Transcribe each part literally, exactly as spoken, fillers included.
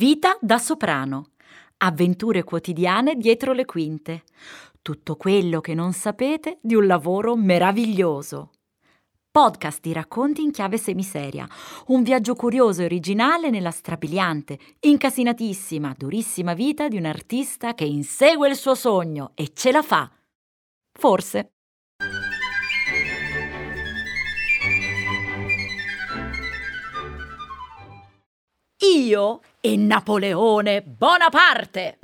Vita da soprano. Avventure quotidiane dietro le quinte. Tutto quello che non sapete di un lavoro meraviglioso. Podcast di racconti in chiave semiseria. Un viaggio curioso e originale nella strabiliante, incasinatissima, durissima vita di un artista che insegue il suo sogno e ce la fa. Forse. Io e Napoleone Bonaparte.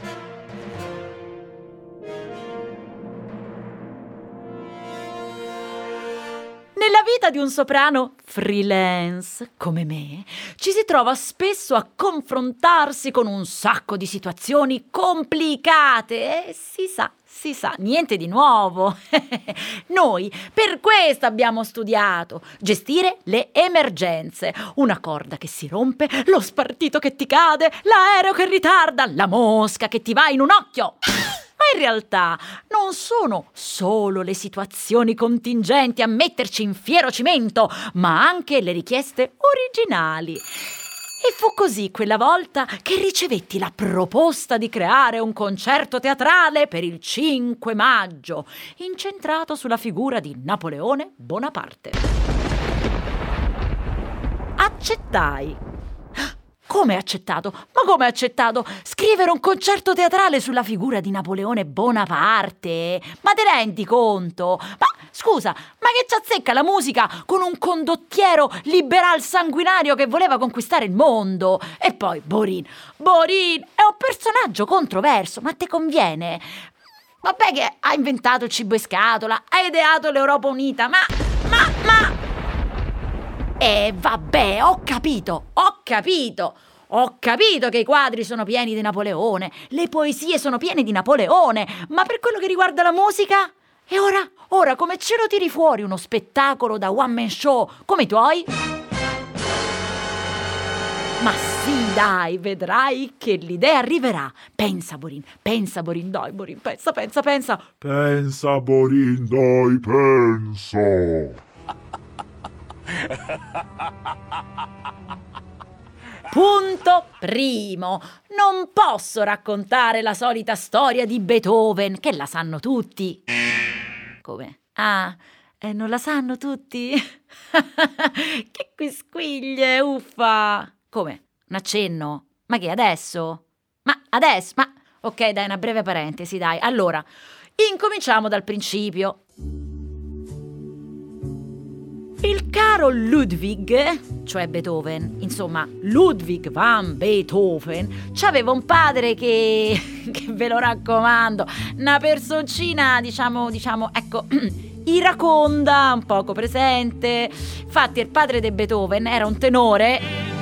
Nella vita di un soprano freelance come me, ci si trova spesso a confrontarsi con un sacco di situazioni complicate e si sa, si sa, niente di nuovo. Noi per questo abbiamo studiato: gestire le emergenze, una corda che si rompe, lo spartito che ti cade, l'aereo che ritarda, la mosca che ti va in un occhio. Ma in realtà non sono solo le situazioni contingenti a metterci in fiero cimento, ma anche le richieste originali. E fu così quella volta che ricevetti la proposta di creare un concerto teatrale per il cinque maggio, incentrato sulla figura di Napoleone Bonaparte. Accettai. Come accettato? Ma come accettato? Scrivere un concerto teatrale sulla figura di Napoleone Bonaparte? Ma te rendi conto? Ma scusa, ma che c'azzecca la musica con un condottiero liberal sanguinario che voleva conquistare il mondo? E poi Borin. Borin è un personaggio controverso, ma te conviene? Vabbè che ha inventato il cibo in scatola, ha ideato l'Europa unita, ma... ma... ma... Eh, vabbè, ho capito, ho capito, ho capito che i quadri sono pieni di Napoleone, le poesie sono piene di Napoleone, ma per quello che riguarda la musica? E ora, ora come ce lo tiri fuori uno spettacolo da one man show come i tuoi? Ma sì, dai, vedrai che l'idea arriverà. Pensa, Borin, pensa, Borin, dai, Borin, pensa, pensa, pensa. Pensa, Borin, dai, pensa. Punto primo. Non posso raccontare la solita storia di Beethoven, che la sanno tutti. Come? Ah, eh, non la sanno tutti? Che quisquiglie, uffa. Come? Un accenno? Ma che, adesso? Ma adesso? Ma... Ok, dai, una breve parentesi, dai. Allora, incominciamo dal principio. Il caro Ludwig, cioè Beethoven, insomma Ludwig van Beethoven, c'aveva un padre che, che ve lo raccomando, una personcina, diciamo, diciamo, ecco, iraconda, un poco presente. Infatti il padre di Beethoven era un tenore.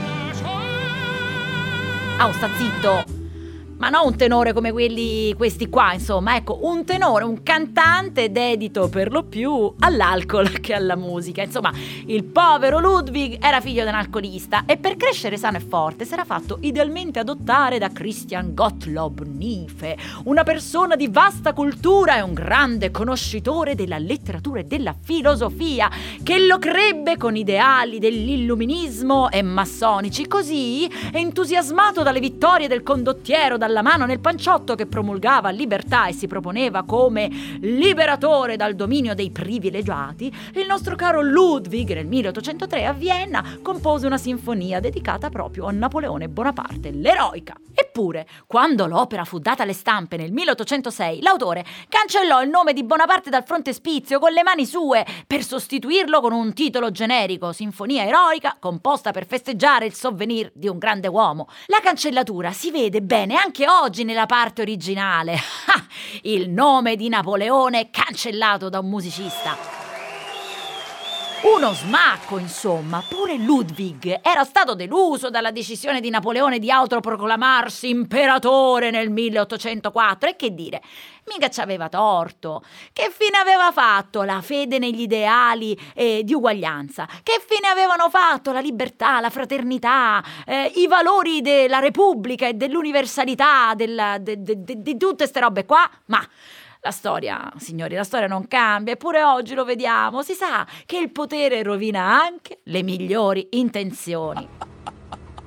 Ah, oh, sta zitto! Ma non un tenore come quelli, questi qua, insomma, ecco, un tenore, un cantante dedito per lo più all'alcol che alla musica. Insomma, il povero Ludwig era figlio di un alcolista e per crescere sano e forte si era fatto idealmente adottare da Christian Gottlob Niefe, una persona di vasta cultura e un grande conoscitore della letteratura e della filosofia, che lo crebbe con ideali dell'illuminismo e massonici. Così, entusiasmato dalle vittorie del condottiero dalla mano nel panciotto che promulgava libertà e si proponeva come liberatore dal dominio dei privilegiati, il nostro caro Ludwig nel milleottocentotre a Vienna compose una sinfonia dedicata proprio a Napoleone Bonaparte, l'eroica. Eppure, quando l'opera fu data alle stampe nel milleottocentosei, l'autore cancellò il nome di Bonaparte dal frontespizio con le mani sue per sostituirlo con un titolo generico: Sinfonia eroica composta per festeggiare il sovvenir di un grande uomo. La cancellatura si vede bene anche oggi nella parte originale. Ah, il nome di Napoleone cancellato da un musicista. Uno smacco, insomma. Pure Ludwig era stato deluso dalla decisione di Napoleone di autoproclamarsi imperatore nel milleottocentoquattro. E che dire, mica ci aveva torto. Che fine aveva fatto la fede negli ideali eh, di uguaglianza? Che fine avevano fatto la libertà, la fraternità, eh, i valori della Repubblica e dell'universalità, della, de, de, de, di tutte queste robe qua? Ma... la storia, signori, la storia non cambia, eppure oggi lo vediamo. Si sa che il potere rovina anche le migliori intenzioni.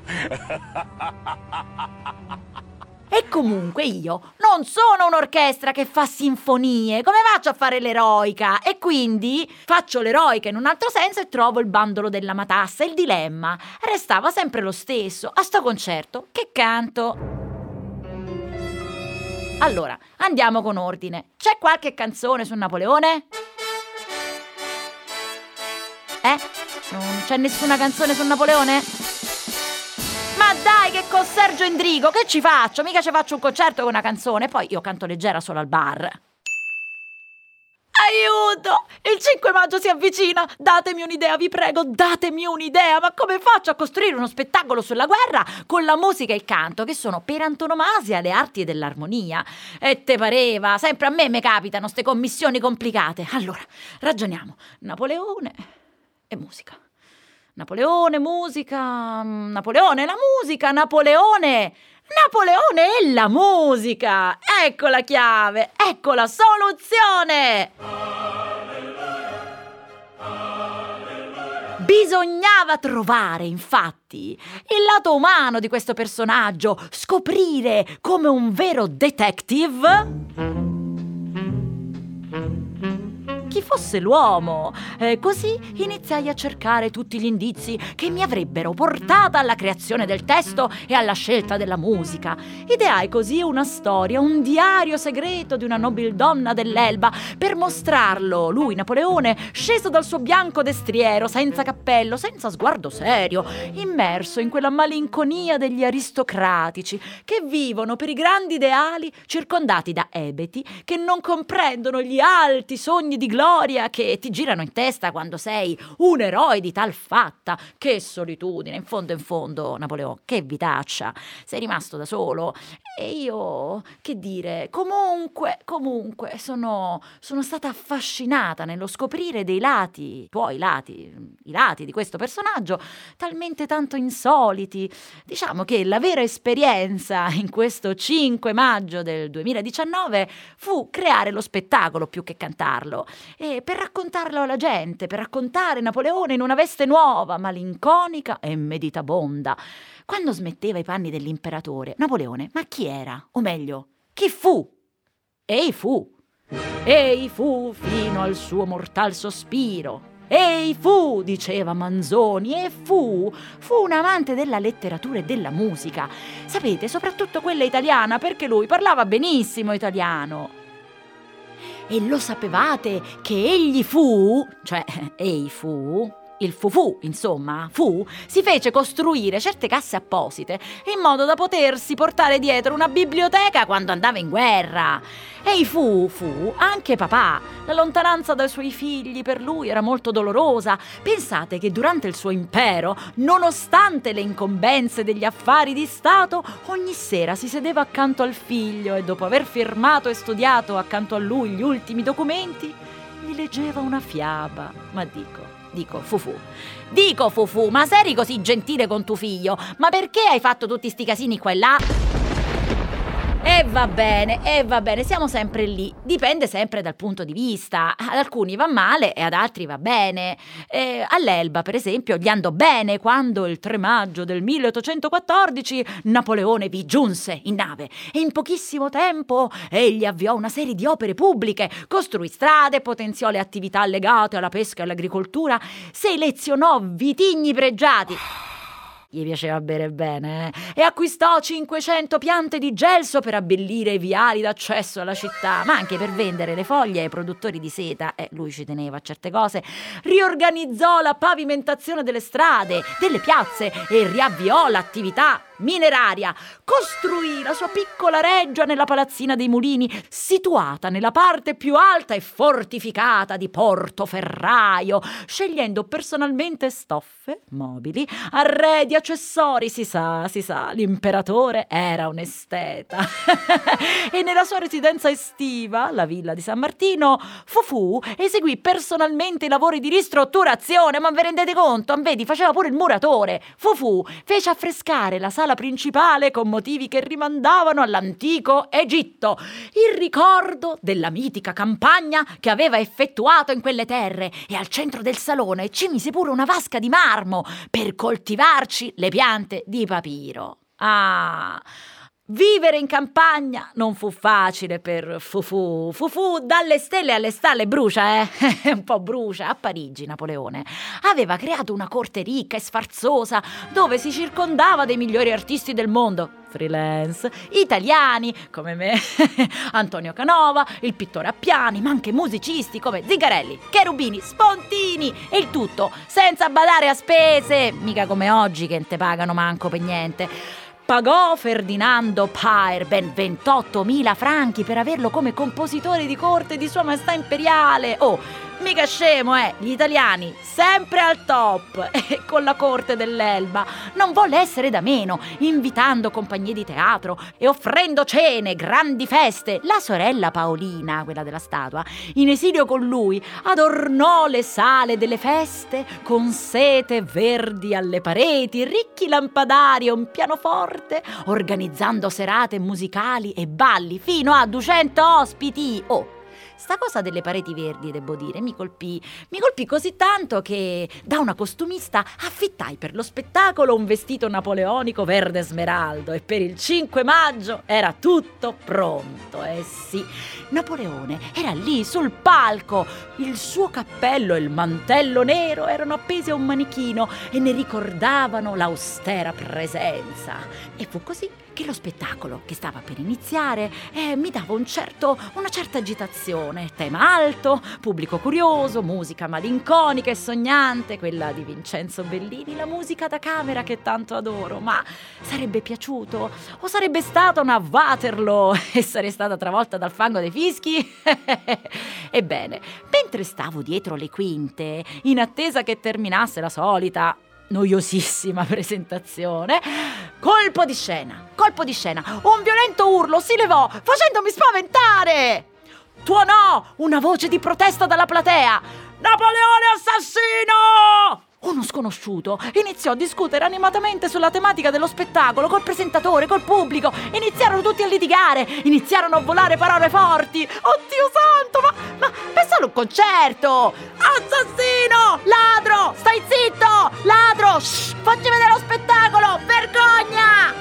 E comunque io non sono un'orchestra che fa sinfonie, come faccio a fare l'eroica? E quindi faccio l'eroica in un altro senso e trovo il bandolo della matassa. Il dilemma restava sempre lo stesso. A sto concerto che canto? Allora, andiamo con ordine. C'è qualche canzone su Napoleone? Eh? Non c'è nessuna canzone su Napoleone? Ma dai, che con Sergio Endrigo, che ci faccio? Mica ci faccio un concerto con una canzone. Poi io canto leggera solo al bar. Aiuto! Il cinque maggio si avvicina! Datemi un'idea, vi prego, datemi un'idea! Ma come faccio a costruire uno spettacolo sulla guerra con la musica e il canto, che sono per antonomasia le arti dell'armonia? E te pareva? Sempre a me me capitano ste commissioni complicate. Allora, ragioniamo. Napoleone e musica. Napoleone, musica, Napoleone, la musica, Napoleone, Napoleone e la musica. Ecco la chiave, ecco la soluzione. Bisognava trovare, infatti, il lato umano di questo personaggio, scoprire come un vero detective chi fosse l'uomo. Eh, così iniziai a cercare tutti gli indizi che mi avrebbero portata alla creazione del testo e alla scelta della musica. Ideai così una storia, un diario segreto di una nobildonna dell'Elba, per mostrarlo, lui, Napoleone, sceso dal suo bianco destriero, senza cappello, senza sguardo serio, immerso in quella malinconia degli aristocratici che vivono per i grandi ideali, circondati da ebeti che non comprendono gli alti sogni di gloria che ti girano in testa quando sei un eroe di tal fatta. Che solitudine, in fondo in fondo, Napoleone, che vitaccia, sei rimasto da solo. E io, che dire, comunque, comunque, sono, sono stata affascinata nello scoprire dei lati, tuoi lati, i lati di questo personaggio, talmente tanto insoliti. Diciamo che la vera esperienza in questo cinque maggio del duemiladiciannove fu creare lo spettacolo più che cantarlo. E per raccontarlo alla gente, per raccontare Napoleone in una veste nuova, malinconica e meditabonda. Quando smetteva i panni dell'imperatore, Napoleone, ma chi era? O meglio, chi fu? Ei fu. Ei fu fino al suo mortal sospiro. Ei fu, diceva Manzoni, e fu, fu un amante della letteratura e della musica. Sapete, soprattutto quella italiana, perché lui parlava benissimo italiano. E lo sapevate che egli fu, cioè ei fu, il fufù, insomma, fu, si fece costruire certe casse apposite in modo da potersi portare dietro una biblioteca quando andava in guerra. Ei fu, fu anche papà. La lontananza dai suoi figli per lui era molto dolorosa. Pensate che durante il suo impero, nonostante le incombenze degli affari di Stato, ogni sera si sedeva accanto al figlio e dopo aver firmato e studiato accanto a lui gli ultimi documenti, gli leggeva una fiaba. Ma dico, Dico, Fufu, dico Fufu, ma se eri così gentile con tuo figlio, ma perché hai fatto tutti sti casini qua e là? E va bene, e va bene, siamo sempre lì. Dipende sempre dal punto di vista. Ad alcuni va male e ad altri va bene. Eh, all'Elba, per esempio, gli andò bene quando il tre maggio del milleottocentoquattordici Napoleone vi giunse in nave e in pochissimo tempo egli avviò una serie di opere pubbliche, costruì strade, potenziò le attività legate alla pesca e all'agricoltura, selezionò vitigni pregiati. Gli piaceva bere bene, eh? E acquistò cinquecento piante di gelso per abbellire i viali d'accesso alla città, ma anche per vendere le foglie ai produttori di seta, e eh, lui ci teneva a certe cose. Riorganizzò la pavimentazione delle strade, delle piazze e riavviò l'attività mineraria. Costruì la sua piccola reggia nella palazzina dei Mulini, situata nella parte più alta e fortificata di Portoferraio, scegliendo personalmente stoffe, mobili, arredi, accessori. Si sa, si sa, l'imperatore era un esteta. E nella sua residenza estiva, la villa di San Martino, Fufu eseguì personalmente i lavori di ristrutturazione. Ma vi rendete conto? Vedi, faceva pure il muratore. Fufu fece affrescare la sala sala principale con motivi che rimandavano all'antico Egitto, il ricordo della mitica campagna che aveva effettuato in quelle terre, e al centro del salone ci mise pure una vasca di marmo per coltivarci le piante di papiro. Ah, vivere in campagna non fu facile per Fufu. Fufu dalle stelle alle stalle brucia, eh? Un po' brucia. A Parigi Napoleone aveva creato una corte ricca e sfarzosa dove si circondava dei migliori artisti del mondo, freelance, italiani come me, Antonio Canova, il pittore Appiani, ma anche musicisti come Zingarelli, Cherubini, Spontini, e il tutto senza badare a spese, mica come oggi che non te pagano manco per niente. Pagò Ferdinando Paer ben ventottomila franchi per averlo come compositore di corte di Sua Maestà Imperiale. Oh, mica scemo, eh! Gli italiani sempre al top, e con la corte dell'Elba non volle essere da meno, invitando compagnie di teatro e offrendo cene, grandi feste. La sorella Paolina, quella della statua, in esilio con lui, adornò le sale delle feste con sete verdi alle pareti, ricchi lampadari e un pianoforte, organizzando serate musicali e balli fino a duecento ospiti. Oh, sta cosa delle pareti verdi, devo dire, mi colpì. Mi colpì così tanto che da una costumista affittai per lo spettacolo un vestito napoleonico verde smeraldo, e per il cinque maggio era tutto pronto. Eh sì, Napoleone era lì sul palco. Il suo cappello e il mantello nero erano appesi a un manichino e ne ricordavano l'austera presenza. E fu così che lo spettacolo, che stava per iniziare, eh, mi dava un certo, una certa agitazione. Tema alto, pubblico curioso, musica malinconica e sognante, quella di Vincenzo Bellini, la musica da camera che tanto adoro. Ma sarebbe piaciuto? O sarebbe stata una Waterloo e sarei stata travolta dal fango dei fischi? Ebbene, mentre stavo dietro le quinte, in attesa che terminasse la solita noiosissima presentazione, colpo di scena, colpo di scena, un violento urlo si levò facendomi spaventare. Tuonò una voce di protesta dalla platea: Napoleone assassino! Uno sconosciuto iniziò a discutere animatamente sulla tematica dello spettacolo col presentatore, col pubblico. Iniziarono tutti a litigare, iniziarono a volare parole forti. Oddio santo, ma, ma è solo un concerto! Assassino! Ladro! Stai zitto! Ladro! Shh, facci vedere lo spettacolo! Vergogna!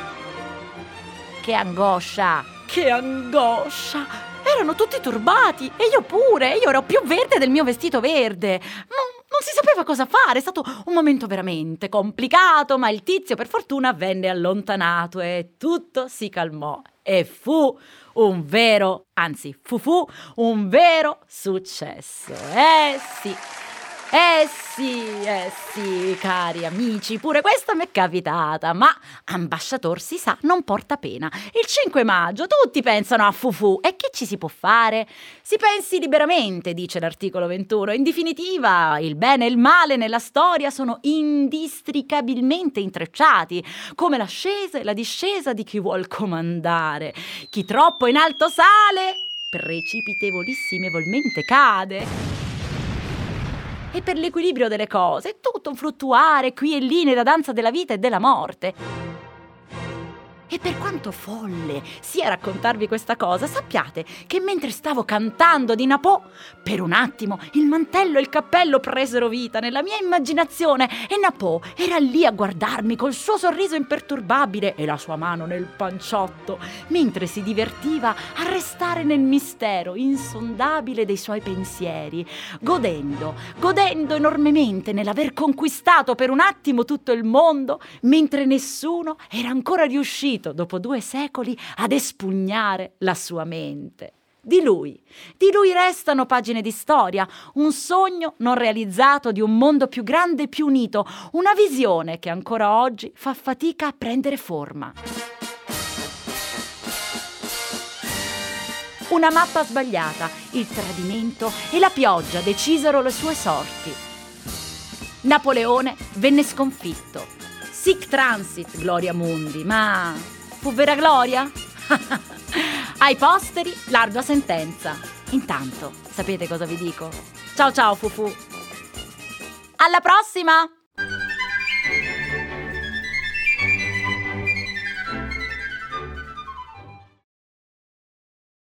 Che angoscia! Che angoscia! Erano tutti turbati, e io pure. Io ero più verde del mio vestito verde. Non Non si sapeva cosa fare, è stato un momento veramente complicato, ma il tizio per fortuna venne allontanato e tutto si calmò. E fu un vero, anzi fu fu un vero successo. Eh sì, eh sì, eh sì, cari amici, pure questa mi è capitata, ma ambasciator si sa non porta pena. Il cinque maggio tutti pensano a Fufu, e che ci si può fare? Si pensi liberamente, dice l'articolo ventuno. In definitiva, il bene e il male nella storia sono indistricabilmente intrecciati, come l'ascesa e la discesa di chi vuol comandare. Chi troppo in alto sale, precipitevolissimevolmente cade. E per l'equilibrio delle cose è tutto un fluttuare qui e lì nella danza della vita e della morte. E per quanto folle sia raccontarvi questa cosa, sappiate che mentre stavo cantando di Napò, per un attimo il mantello e il cappello presero vita nella mia immaginazione, e Napò era lì a guardarmi col suo sorriso imperturbabile e la sua mano nel panciotto, mentre si divertiva a restare nel mistero insondabile dei suoi pensieri, godendo, godendo enormemente nell'aver conquistato per un attimo tutto il mondo, mentre nessuno era ancora riuscito dopo due secoli ad espugnare la sua mente. Di lui, di lui restano pagine di storia, un sogno non realizzato di un mondo più grande e più unito, una visione che ancora oggi fa fatica a prendere forma. Una mappa sbagliata, il tradimento e la pioggia decisero le sue sorti. Napoleone venne sconfitto. Sic transit, gloria mundi, ma fu vera gloria? Ai posteri, l'ardua sentenza. Intanto, sapete cosa vi dico? Ciao ciao Fufu! Alla prossima!